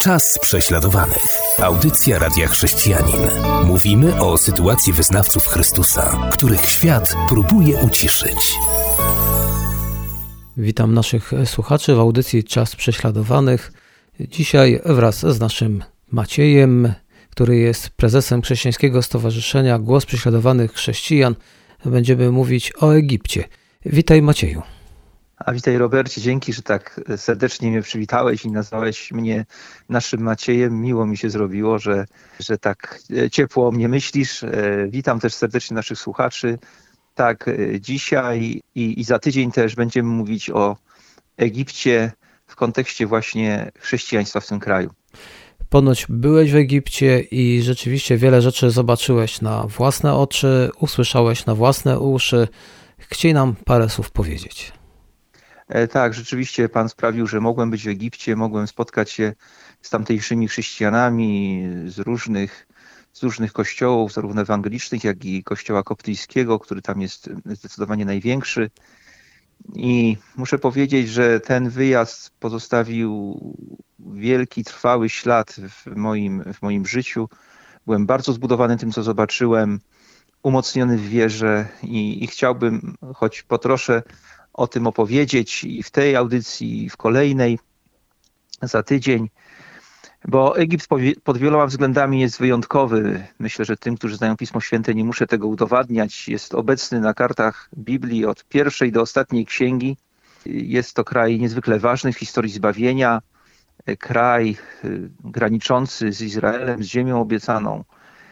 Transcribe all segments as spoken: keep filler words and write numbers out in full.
Czas prześladowanych. Audycja Radia Chrześcijanin. Mówimy o sytuacji wyznawców Chrystusa, których świat próbuje uciszyć. Witam naszych słuchaczy w audycji Czas prześladowanych. Dzisiaj wraz z naszym Maciejem, który jest prezesem Chrześcijańskiego Stowarzyszenia Głos Prześladowanych Chrześcijan, będziemy mówić o Egipcie. Witaj, Macieju. A witaj, Robercie, dzięki, że tak serdecznie mnie przywitałeś i nazwałeś mnie naszym Maciejem. Miło mi się zrobiło, że, że tak ciepło o mnie myślisz. Witam też serdecznie naszych słuchaczy. Tak, dzisiaj i, i za tydzień też będziemy mówić o Egipcie w kontekście właśnie chrześcijaństwa w tym kraju. Ponoć byłeś w Egipcie i rzeczywiście wiele rzeczy zobaczyłeś na własne oczy, usłyszałeś na własne uszy. Chciej nam parę słów powiedzieć. Tak, rzeczywiście Pan sprawił, że mogłem być w Egipcie, mogłem spotkać się z tamtejszymi chrześcijanami z różnych, z różnych kościołów, zarówno ewangelicznych, jak i kościoła koptyjskiego, który tam jest zdecydowanie największy. I muszę powiedzieć, że ten wyjazd pozostawił wielki, trwały ślad w moim, w moim życiu. Byłem bardzo zbudowany tym, co zobaczyłem, umocniony w wierze i, i chciałbym, choć po trosze, o tym opowiedzieć i w tej audycji, i w kolejnej za tydzień, bo Egipt pod wieloma względami jest wyjątkowy. Myślę, że tym, którzy znają Pismo Święte, nie muszę tego udowadniać. Jest obecny na kartach Biblii od pierwszej do ostatniej księgi. Jest to kraj niezwykle ważny w historii zbawienia, kraj graniczący z Izraelem, z ziemią obiecaną.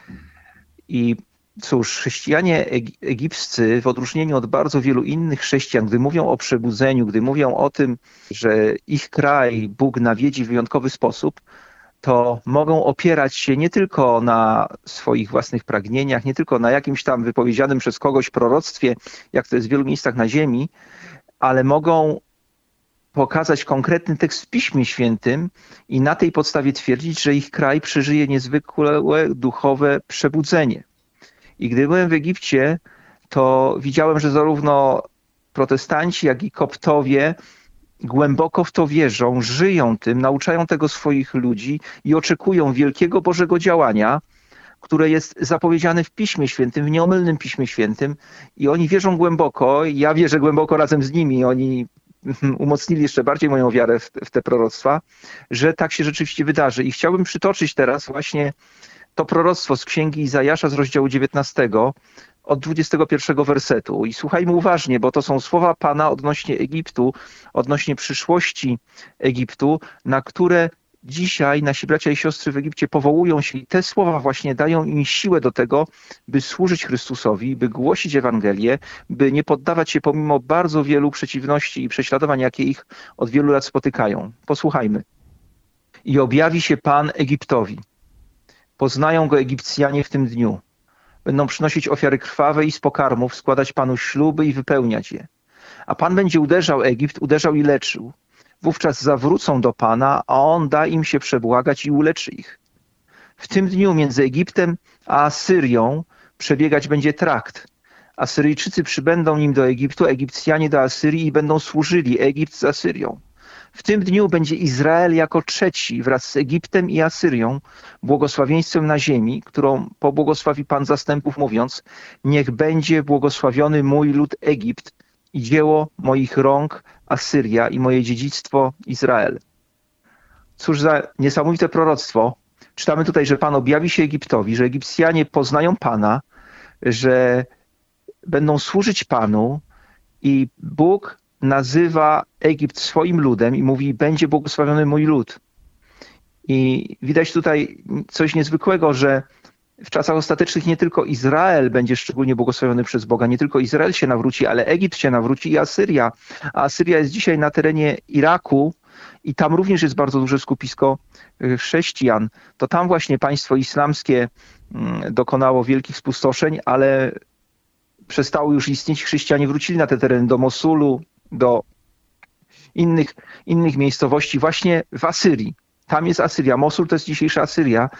I cóż, chrześcijanie egipscy w odróżnieniu od bardzo wielu innych chrześcijan, gdy mówią o przebudzeniu, gdy mówią o tym, że ich kraj Bóg nawiedzi w wyjątkowy sposób, to mogą opierać się nie tylko na swoich własnych pragnieniach, nie tylko na jakimś tam wypowiedzianym przez kogoś proroctwie, jak to jest w wielu miejscach na ziemi, ale mogą pokazać konkretny tekst w Piśmie Świętym i na tej podstawie twierdzić, że ich kraj przeżyje niezwykłe duchowe przebudzenie. I gdy byłem w Egipcie, to widziałem, że zarówno protestanci, jak i koptowie głęboko w to wierzą, żyją tym, nauczają tego swoich ludzi i oczekują wielkiego Bożego działania, które jest zapowiedziane w Piśmie Świętym, w nieomylnym Piśmie Świętym. I oni wierzą głęboko, ja wierzę głęboko razem z nimi. Oni umocnili jeszcze bardziej moją wiarę w, w te proroctwa, że tak się rzeczywiście wydarzy. I chciałbym przytoczyć teraz właśnie to proroctwo z księgi Izajasza z rozdziału dziewiętnastego od dwudziestego pierwszego wersetu. I słuchajmy uważnie, bo to są słowa Pana odnośnie Egiptu, odnośnie przyszłości Egiptu, na które dzisiaj nasi bracia i siostry w Egipcie powołują się i te słowa właśnie dają im siłę do tego, by służyć Chrystusowi, by głosić Ewangelię, by nie poddawać się pomimo bardzo wielu przeciwności i prześladowań, jakie ich od wielu lat spotykają. Posłuchajmy. I objawi się Pan Egiptowi. Poznają go Egipcjanie w tym dniu. Będą przynosić ofiary krwawe i z pokarmów, składać Panu śluby i wypełniać je. A Pan będzie uderzał Egipt, uderzał i leczył. Wówczas zawrócą do Pana, a On da im się przebłagać i uleczy ich. W tym dniu między Egiptem a Asyrią przebiegać będzie trakt. Asyryjczycy przybędą nim do Egiptu, Egipcjanie do Asyrii i będą służyli Egipt z Asyrią. W tym dniu będzie Izrael jako trzeci wraz z Egiptem i Asyrią błogosławieństwem na ziemi, którą pobłogosławi Pan zastępów, mówiąc: niech będzie błogosławiony mój lud Egipt i dzieło moich rąk Asyria i moje dziedzictwo Izrael. Cóż za niesamowite proroctwo. Czytamy tutaj, że Pan objawi się Egiptowi, że Egipcjanie poznają Pana, że będą służyć Panu i Bóg nazywa Egipt swoim ludem i mówi: będzie błogosławiony mój lud. I widać tutaj coś niezwykłego, że w czasach ostatecznych nie tylko Izrael będzie szczególnie błogosławiony przez Boga, nie tylko Izrael się nawróci, ale Egipt się nawróci i Asyria. A Asyria jest dzisiaj na terenie Iraku i tam również jest bardzo duże skupisko chrześcijan. To tam właśnie państwo islamskie dokonało wielkich spustoszeń, ale przestało już istnieć. Chrześcijanie wrócili na te tereny do Mosulu, do innych, innych miejscowości właśnie w Asyrii. Tam jest Asyria. Mosul to jest dzisiejsza Asyria.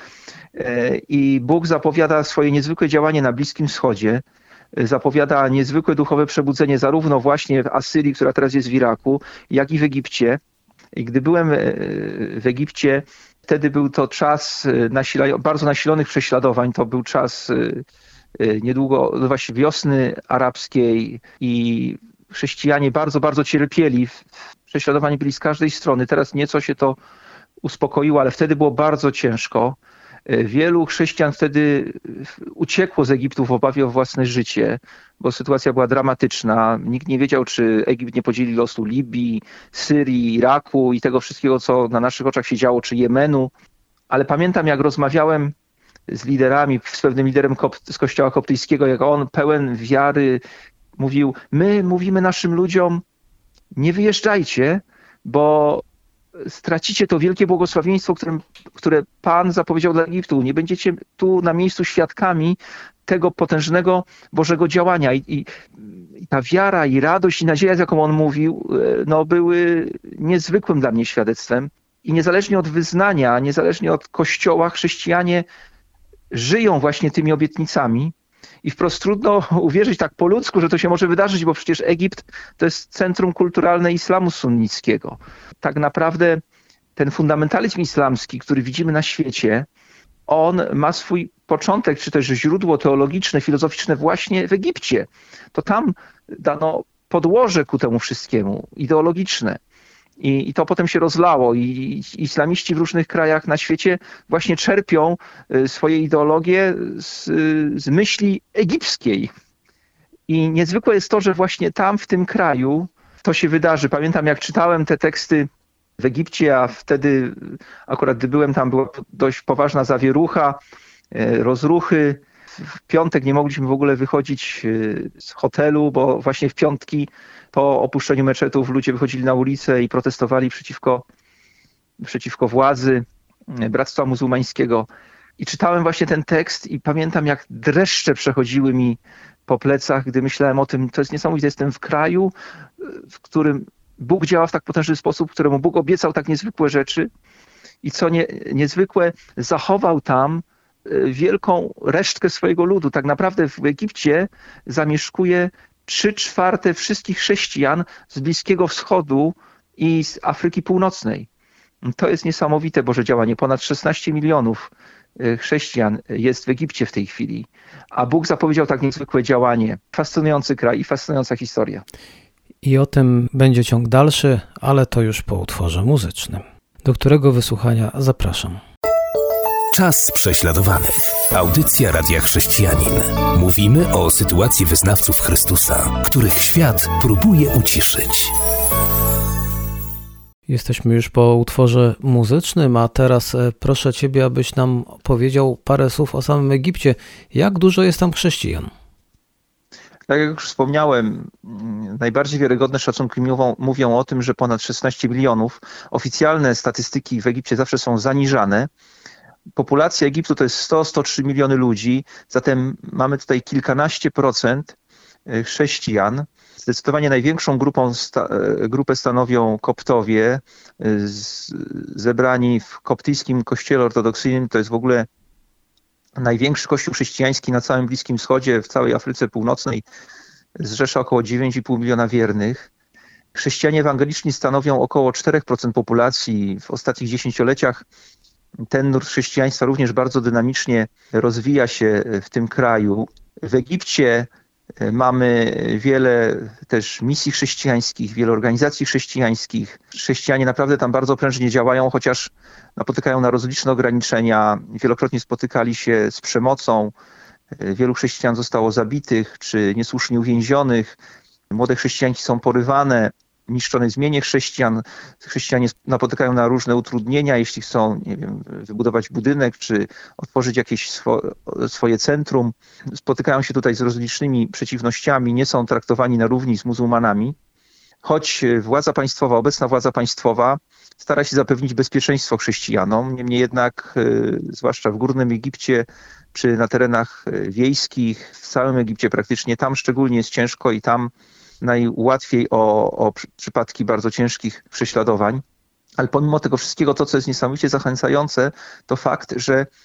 I Bóg zapowiada swoje niezwykłe działanie na Bliskim Wschodzie. Zapowiada niezwykłe duchowe przebudzenie zarówno właśnie w Asyrii, która teraz jest w Iraku, jak i w Egipcie. I gdy byłem w Egipcie, wtedy był to czas nasila, bardzo nasilonych prześladowań. To był czas niedługo, właśnie wiosny arabskiej i chrześcijanie bardzo, bardzo cierpieli. Prześladowani byli z każdej strony. Teraz nieco się to uspokoiło, ale wtedy było bardzo ciężko. Wielu chrześcijan wtedy uciekło z Egiptu w obawie o własne życie, bo sytuacja była dramatyczna. Nikt nie wiedział, czy Egipt nie podzieli losu Libii, Syrii, Iraku i tego wszystkiego, co na naszych oczach się działo, czy Jemenu. Ale pamiętam, jak rozmawiałem z liderami, z pewnym liderem z kościoła koptyjskiego, jak on pełen wiary mówił: my mówimy naszym ludziom, nie wyjeżdżajcie, bo stracicie to wielkie błogosławieństwo, którym, które Pan zapowiedział dla Egiptu. Nie będziecie tu na miejscu świadkami tego potężnego Bożego działania. I, i, i ta wiara i radość i nadzieja, z jaką on mówił, no, były niezwykłym dla mnie świadectwem. I niezależnie od wyznania, niezależnie od kościoła, chrześcijanie żyją właśnie tymi obietnicami. I wprost trudno uwierzyć tak po ludzku, że to się może wydarzyć, bo przecież Egipt to jest centrum kulturalne islamu sunnickiego. Tak naprawdę ten fundamentalizm islamski, który widzimy na świecie, on ma swój początek, czy też źródło teologiczne, filozoficzne właśnie w Egipcie. To tam dano podłoże ku temu wszystkiemu, ideologiczne. I, I to potem się rozlało i islamiści w różnych krajach na świecie właśnie czerpią swoje ideologie z, z myśli egipskiej. I niezwykłe jest to, że właśnie tam, w tym kraju, to się wydarzy. Pamiętam, jak czytałem te teksty w Egipcie, a wtedy akurat gdy byłem tam, była dość poważna zawierucha, rozruchy. W piątek nie mogliśmy w ogóle wychodzić z hotelu, bo właśnie w piątki po opuszczeniu meczetów ludzie wychodzili na ulicę i protestowali przeciwko, przeciwko władzy Bractwa Muzułmańskiego. I czytałem właśnie ten tekst i pamiętam, jak dreszcze przechodziły mi po plecach, gdy myślałem o tym, to jest niesamowite, jestem w kraju, w którym Bóg działa w tak potężny sposób, któremu Bóg obiecał tak niezwykłe rzeczy i co nie, niezwykłe, zachował tam wielką resztkę swojego ludu. Tak naprawdę w Egipcie zamieszkuje trzy czwarte wszystkich chrześcijan z Bliskiego Wschodu i z Afryki Północnej. To jest niesamowite Boże działanie. Ponad szesnaście milionów chrześcijan jest w Egipcie w tej chwili. A Bóg zapowiedział tak niezwykłe działanie. Fascynujący kraj i fascynująca historia. I o tym będzie ciąg dalszy, ale to już po utworze muzycznym, do którego wysłuchania zapraszam. Czas prześladowanych. Audycja Radia Chrześcijanin. Mówimy o sytuacji wyznawców Chrystusa, których świat próbuje uciszyć. Jesteśmy już po utworze muzycznym, a teraz proszę Ciebie, abyś nam powiedział parę słów o samym Egipcie. Jak dużo jest tam chrześcijan? Tak jak już wspomniałem, najbardziej wiarygodne szacunki mówią, mówią o tym, że ponad szesnaście milionów. Oficjalne statystyki w Egipcie zawsze są zaniżane. Populacja Egiptu to jest sto do stu trzech miliony ludzi, zatem mamy tutaj kilkanaście procent chrześcijan. Zdecydowanie największą grupą sta, grupę stanowią Koptowie, z, zebrani w koptyjskim kościele ortodoksyjnym. To jest w ogóle największy kościół chrześcijański na całym Bliskim Wschodzie, w całej Afryce Północnej. Zrzesza około dziewięć i pół miliona wiernych. Chrześcijanie ewangeliczni stanowią około cztery procent populacji. W ostatnich dziesięcioleciach ten nurt chrześcijaństwa również bardzo dynamicznie rozwija się w tym kraju. W Egipcie mamy wiele też misji chrześcijańskich, wiele organizacji chrześcijańskich. Chrześcijanie naprawdę tam bardzo prężnie działają, chociaż napotykają na rozliczne ograniczenia. Wielokrotnie spotykali się z przemocą. Wielu chrześcijan zostało zabitych czy niesłusznie uwięzionych. Młode chrześcijanki są porywane. Niszczone jest mienie chrześcijan. Chrześcijanie napotykają na różne utrudnienia, jeśli chcą, nie wiem, wybudować budynek czy otworzyć jakieś swo, swoje centrum. Spotykają się tutaj z rozlicznymi przeciwnościami, nie są traktowani na równi z muzułmanami. Choć władza państwowa, obecna władza państwowa stara się zapewnić bezpieczeństwo chrześcijanom, niemniej jednak, zwłaszcza w Górnym Egipcie, czy na terenach wiejskich, w całym Egipcie praktycznie, tam szczególnie jest ciężko i tam najłatwiej o, o przypadki bardzo ciężkich prześladowań. Ale pomimo tego wszystkiego, to co jest niesamowicie zachęcające, to fakt, że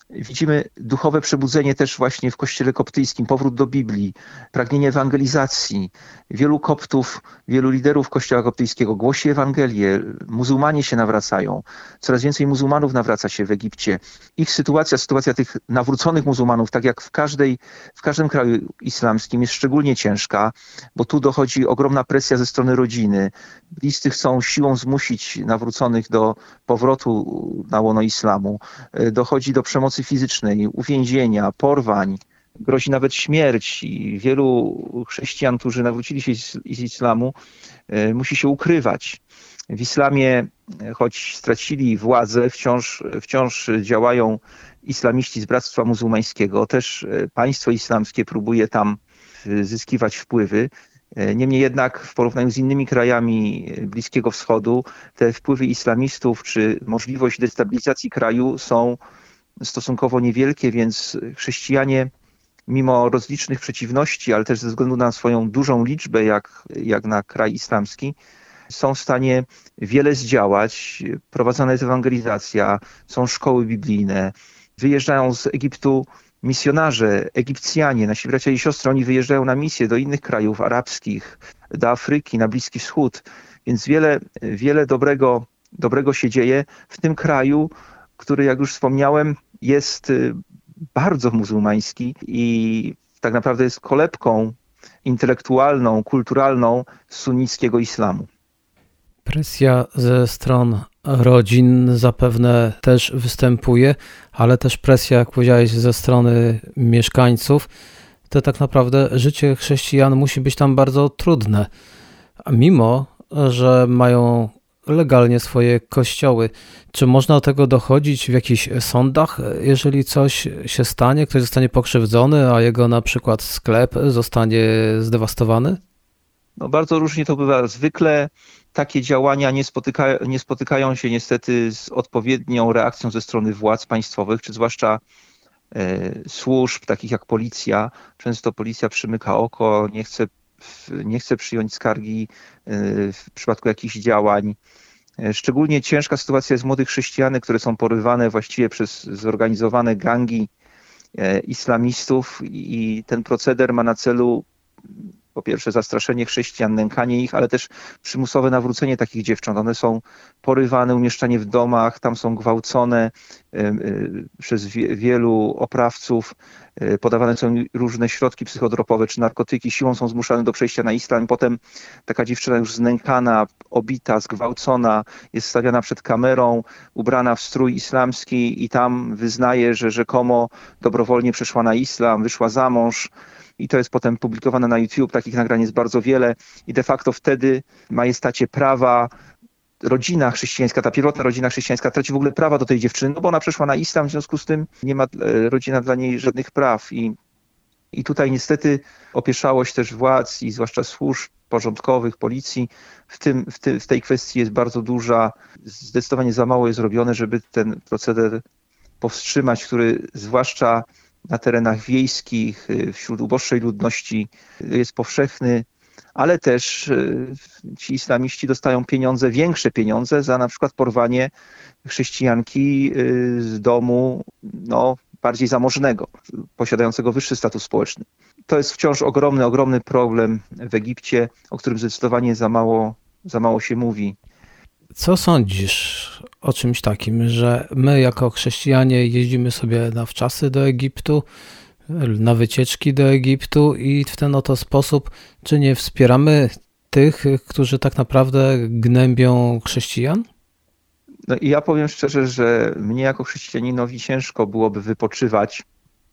Widzimy duchowe przebudzenie też właśnie w kościele koptyjskim, powrót do Biblii, pragnienie ewangelizacji. Wielu koptów, wielu liderów kościoła koptyjskiego głosi Ewangelię, muzułmanie się nawracają. Coraz więcej muzułmanów nawraca się w Egipcie. Ich sytuacja, sytuacja tych nawróconych muzułmanów, tak jak w, każdej, w każdym kraju islamskim, jest szczególnie ciężka, bo tu dochodzi ogromna presja ze strony rodziny. Bliscy chcą siłą zmusić nawróconych do powrotu na łono islamu. Dochodzi do przemocy fizycznej, uwięzienia, porwań, grozi nawet śmierć i wielu chrześcijan, którzy nawrócili się z islamu, musi się ukrywać. W islamie, choć stracili władzę, wciąż, wciąż działają islamiści z Bractwa Muzułmańskiego. Też państwo islamskie próbuje tam zyskiwać wpływy. Niemniej jednak w porównaniu z innymi krajami Bliskiego Wschodu te wpływy islamistów czy możliwość destabilizacji kraju są stosunkowo niewielkie, więc chrześcijanie mimo rozlicznych przeciwności, ale też ze względu na swoją dużą liczbę jak, jak na kraj islamski, są w stanie wiele zdziałać. Prowadzona jest ewangelizacja, są szkoły biblijne, wyjeżdżają z Egiptu misjonarze, Egipcjanie, nasi bracia i siostry, oni wyjeżdżają na misje do innych krajów arabskich, do Afryki, na Bliski Wschód, więc wiele, wiele dobrego, dobrego się dzieje w tym kraju, który, jak już wspomniałem, jest bardzo muzułmański i tak naprawdę jest kolebką intelektualną, kulturalną sunnickiego islamu. Presja ze stron rodzin zapewne też występuje, ale też presja, jak powiedziałeś, ze strony mieszkańców. To tak naprawdę życie chrześcijan musi być tam bardzo trudne, a mimo że mają legalnie swoje kościoły. Czy można do tego dochodzić w jakichś sądach, jeżeli coś się stanie, ktoś zostanie pokrzywdzony, a jego na przykład sklep zostanie zdewastowany? No bardzo różnie to bywa. Zwykle takie działania nie, spotyka, nie spotykają się niestety z odpowiednią reakcją ze strony władz państwowych, czy zwłaszcza e, służb, takich jak policja. Często policja przymyka oko, nie chce, nie chce przyjąć skargi e, w przypadku jakichś działań. E, szczególnie ciężka sytuacja jest młodych chrześcijanek, które są porywane właściwie przez zorganizowane gangi e, islamistów i ten proceder ma na celu po pierwsze zastraszenie chrześcijan, nękanie ich, ale też przymusowe nawrócenie takich dziewcząt. One są porywane, umieszczane w domach, tam są gwałcone przez wielu oprawców, podawane są różne środki psychotropowe czy narkotyki, siłą są zmuszane do przejścia na islam. Potem taka dziewczyna już znękana, obita, zgwałcona jest stawiana przed kamerą, ubrana w strój islamski i tam wyznaje, że rzekomo dobrowolnie przeszła na islam, wyszła za mąż. I to jest potem publikowane na YouTube, takich nagrań jest bardzo wiele i de facto wtedy majestacie prawa rodzina chrześcijańska, ta pierwotna rodzina chrześcijańska traci w ogóle prawa do tej dziewczyny, no bo ona przeszła na islam, w związku z tym nie ma rodzina dla niej żadnych praw. I, i tutaj niestety opieszałość też władz i zwłaszcza służb porządkowych, policji w, tym, w, ty, w tej kwestii jest bardzo duża. Zdecydowanie za mało jest zrobione, żeby ten proceder powstrzymać, który zwłaszcza na terenach wiejskich, wśród uboższej ludności jest powszechny, ale też ci islamiści dostają pieniądze, większe pieniądze za na przykład porwanie chrześcijanki z domu no, bardziej zamożnego, posiadającego wyższy status społeczny. To jest wciąż ogromny, ogromny problem w Egipcie, o którym zdecydowanie za mało, za mało się mówi. Co sądzisz o czymś takim, że my jako chrześcijanie jeździmy sobie na wczasy do Egiptu, na wycieczki do Egiptu i w ten oto sposób, czy nie wspieramy tych, którzy tak naprawdę gnębią chrześcijan? No i ja powiem szczerze, że mnie jako chrześcijaninowi ciężko byłoby wypoczywać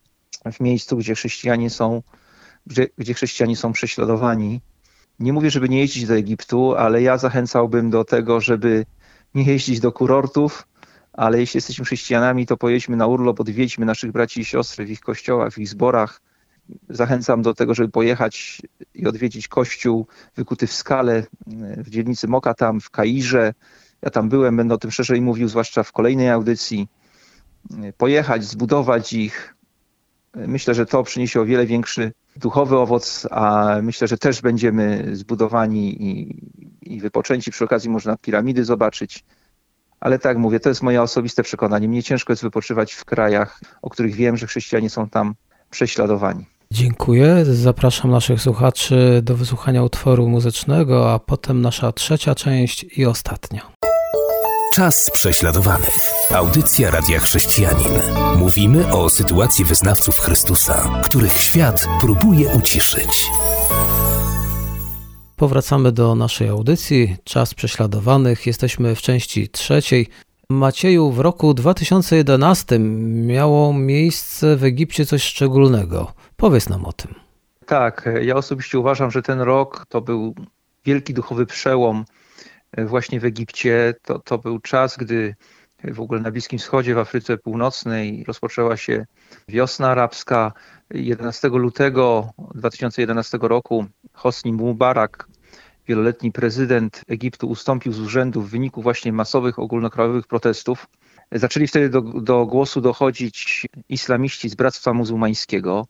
w miejscu, gdzie chrześcijanie są, gdzie, gdzie chrześcijanie są prześladowani. Nie mówię, żeby nie jeździć do Egiptu, ale ja zachęcałbym do tego, żeby nie jeździć do kurortów, ale jeśli jesteśmy chrześcijanami, to pojedźmy na urlop, odwiedźmy naszych braci i siostry w ich kościołach, w ich zborach. Zachęcam do tego, żeby pojechać i odwiedzić kościół wykuty w skale w dzielnicy Mokatam, w Kairze. Ja tam byłem, będę o tym szerzej mówił, zwłaszcza w kolejnej audycji. Pojechać, zbudować ich. Myślę, że to przyniesie o wiele większy duchowy owoc, a myślę, że też będziemy zbudowani i, i wypoczęci. Przy okazji można piramidy zobaczyć. Ale tak mówię, to jest moje osobiste przekonanie. Mnie ciężko jest wypoczywać w krajach, o których wiem, że chrześcijanie są tam prześladowani. Dziękuję. Zapraszam naszych słuchaczy do wysłuchania utworu muzycznego, a potem nasza trzecia część i ostatnia. Czas prześladowanych. Audycja Radia Chrześcijanin. Mówimy o sytuacji wyznawców Chrystusa, których świat próbuje uciszyć. Powracamy do naszej audycji Czas prześladowanych. Jesteśmy w części trzeciej. Macieju, w roku dwa tysiące jedenastym miało miejsce w Egipcie coś szczególnego. Powiedz nam o tym. Tak, ja osobiście uważam, że ten rok to był wielki duchowy przełom właśnie w Egipcie. To, to był czas, gdy w ogóle na Bliskim Wschodzie, w Afryce Północnej rozpoczęła się wiosna arabska. jedenastego lutego dwa tysiące jedenastego roku Hosni Mubarak, wieloletni prezydent Egiptu, ustąpił z urzędu w wyniku właśnie masowych ogólnokrajowych protestów. Zaczęli wtedy do, do głosu dochodzić islamiści z Bractwa Muzułmańskiego.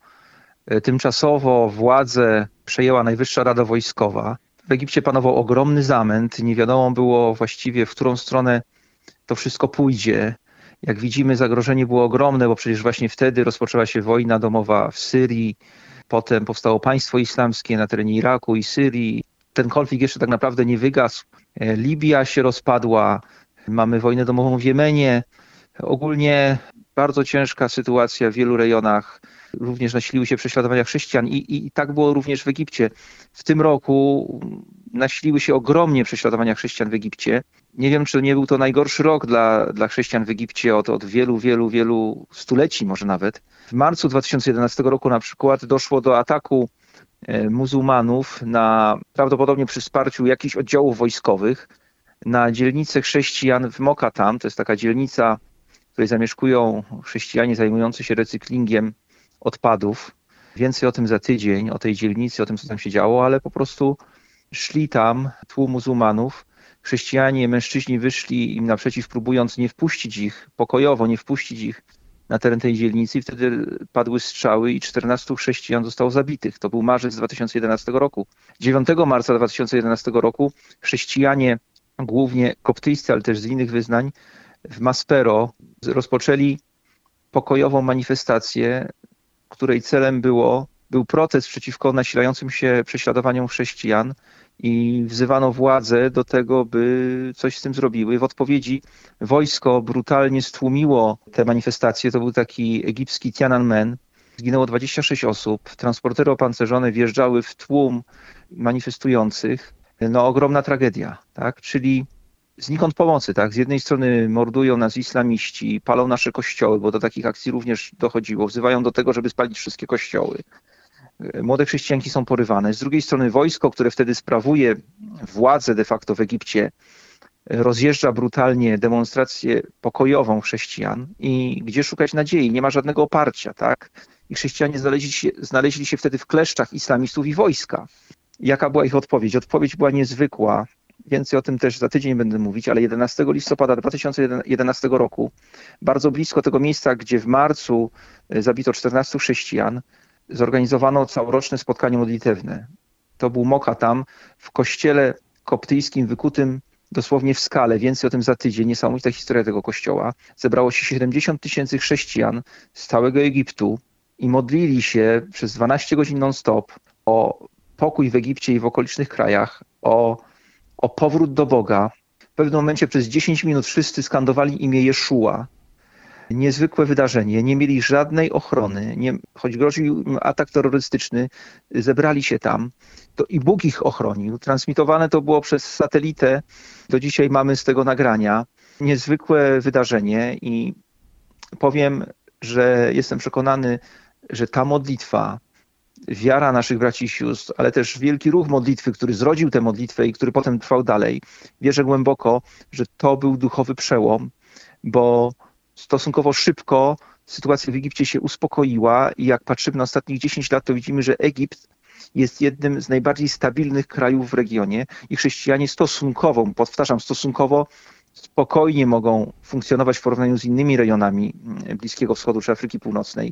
Tymczasowo władzę przejęła Najwyższa Rada Wojskowa. W Egipcie panował ogromny zamęt. Nie wiadomo było właściwie, w którą stronę to wszystko pójdzie. Jak widzimy, zagrożenie było ogromne, bo przecież właśnie wtedy rozpoczęła się wojna domowa w Syrii. Potem powstało państwo islamskie na terenie Iraku i Syrii. Ten konflikt jeszcze tak naprawdę nie wygasł. Libia się rozpadła. Mamy wojnę domową w Jemenie. Ogólnie bardzo ciężka sytuacja w wielu rejonach. Również nasiliły się prześladowania chrześcijan i, i, i tak było również w Egipcie. W tym roku nasiliły się ogromnie prześladowania chrześcijan w Egipcie. Nie wiem, czy nie był to najgorszy rok dla, dla chrześcijan w Egipcie od, od wielu, wielu, wielu stuleci może nawet. W marcu dwa tysiące jedenastego roku na przykład doszło do ataku muzułmanów na, prawdopodobnie przy wsparciu jakichś oddziałów wojskowych, na dzielnicę chrześcijan w Mokatam. To jest taka dzielnica, w której zamieszkują chrześcijanie zajmujący się recyklingiem odpadów. Więcej o tym za tydzień, o tej dzielnicy, o tym, co tam się działo, ale po prostu szli tam tłum muzułmanów. Chrześcijanie, mężczyźni wyszli im naprzeciw, próbując nie wpuścić ich pokojowo, nie wpuścić ich na teren tej dzielnicy i wtedy padły strzały i czternastu chrześcijan zostało zabitych. To był marzec dwa tysiące jedenastego roku. dziewiątego marca dwa tysiące jedenastego roku chrześcijanie, głównie koptyjscy, ale też z innych wyznań, w Maspero rozpoczęli pokojową manifestację, której celem było, był protest przeciwko nasilającym się prześladowaniom chrześcijan i wzywano władze do tego, by coś z tym zrobiły. W odpowiedzi wojsko brutalnie stłumiło te manifestacje. To był taki egipski Tiananmen. Zginęło dwadzieścia sześć osób. Transportery opancerzone wjeżdżały w tłum manifestujących. No ogromna tragedia, tak? Czyli znikąd pomocy, tak? Z jednej strony mordują nas islamiści, palą nasze kościoły, bo do takich akcji również dochodziło. Wzywają do tego, żeby spalić wszystkie kościoły. Młode chrześcijanki są porywane. Z drugiej strony wojsko, które wtedy sprawuje władzę de facto w Egipcie, rozjeżdża brutalnie demonstrację pokojową chrześcijan i gdzie szukać nadziei? Nie ma żadnego oparcia, tak? I chrześcijanie znaleźli się, znaleźli się wtedy w kleszczach islamistów i wojska. Jaka była ich odpowiedź? Odpowiedź była niezwykła. Więcej o tym też za tydzień będę mówić, ale jedenastego listopada dwa tysiące jedenastego roku, bardzo blisko tego miejsca, gdzie w marcu zabito czternastu chrześcijan, zorganizowano całoroczne spotkanie modlitewne. To był Mokatam w kościele koptyjskim wykutym dosłownie w skale. Więcej o tym za tydzień. Niesamowita historia tego kościoła. Zebrało się siedemdziesiąt tysięcy chrześcijan z całego Egiptu i modlili się przez dwanaście godzin non-stop o pokój w Egipcie i w okolicznych krajach, o, o powrót do Boga. W pewnym momencie przez dziesięć minut wszyscy skandowali imię Jeszua. Niezwykłe wydarzenie, nie mieli żadnej ochrony, nie, choć groził im atak terrorystyczny, zebrali się tam to i Bóg ich ochronił. Transmitowane to było przez satelitę, do dzisiaj mamy z tego nagrania. Niezwykłe wydarzenie i powiem, że jestem przekonany, że ta modlitwa, wiara naszych braci i sióstr, ale też wielki ruch modlitwy, który zrodził tę modlitwę i który potem trwał dalej, wierzę głęboko, że to był duchowy przełom, bo stosunkowo szybko sytuacja w Egipcie się uspokoiła i jak patrzymy na ostatnich dziesięć lat, to widzimy, że Egipt jest jednym z najbardziej stabilnych krajów w regionie i chrześcijanie stosunkowo, powtarzam, stosunkowo spokojnie mogą funkcjonować w porównaniu z innymi rejonami Bliskiego Wschodu czy Afryki Północnej,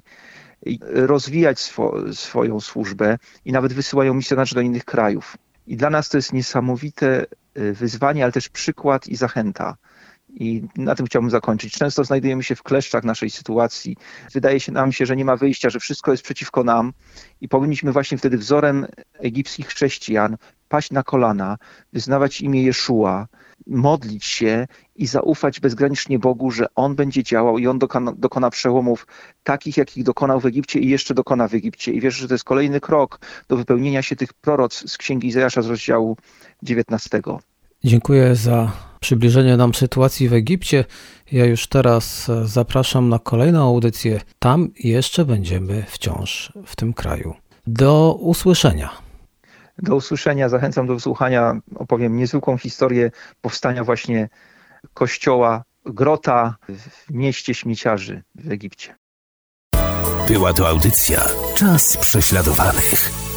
rozwijać swo, swoją służbę i nawet wysyłają misjonarzy do innych krajów. I dla nas to jest niesamowite wyzwanie, ale też przykład i zachęta. I na tym chciałbym zakończyć. Często znajdujemy się w kleszczach naszej sytuacji. Wydaje się nam się, że nie ma wyjścia, że wszystko jest przeciwko nam i powinniśmy właśnie wtedy wzorem egipskich chrześcijan paść na kolana, wyznawać imię Jeszua, modlić się i zaufać bezgranicznie Bogu, że On będzie działał i On dokona, dokona przełomów takich, jakich dokonał w Egipcie i jeszcze dokona w Egipcie. I wierzę, że to jest kolejny krok do wypełnienia się tych proroc z Księgi Izajasza z rozdziału dziewiętnastego. Dziękuję za przybliżenie nam sytuacji w Egipcie. Ja już teraz zapraszam na kolejną audycję. Tam jeszcze będziemy wciąż w tym kraju. Do usłyszenia. Do usłyszenia. Zachęcam do wysłuchania. Opowiem niezwykłą historię powstania właśnie kościoła, grota w mieście śmieciarzy w Egipcie. Była to audycja Czas prześladowanych.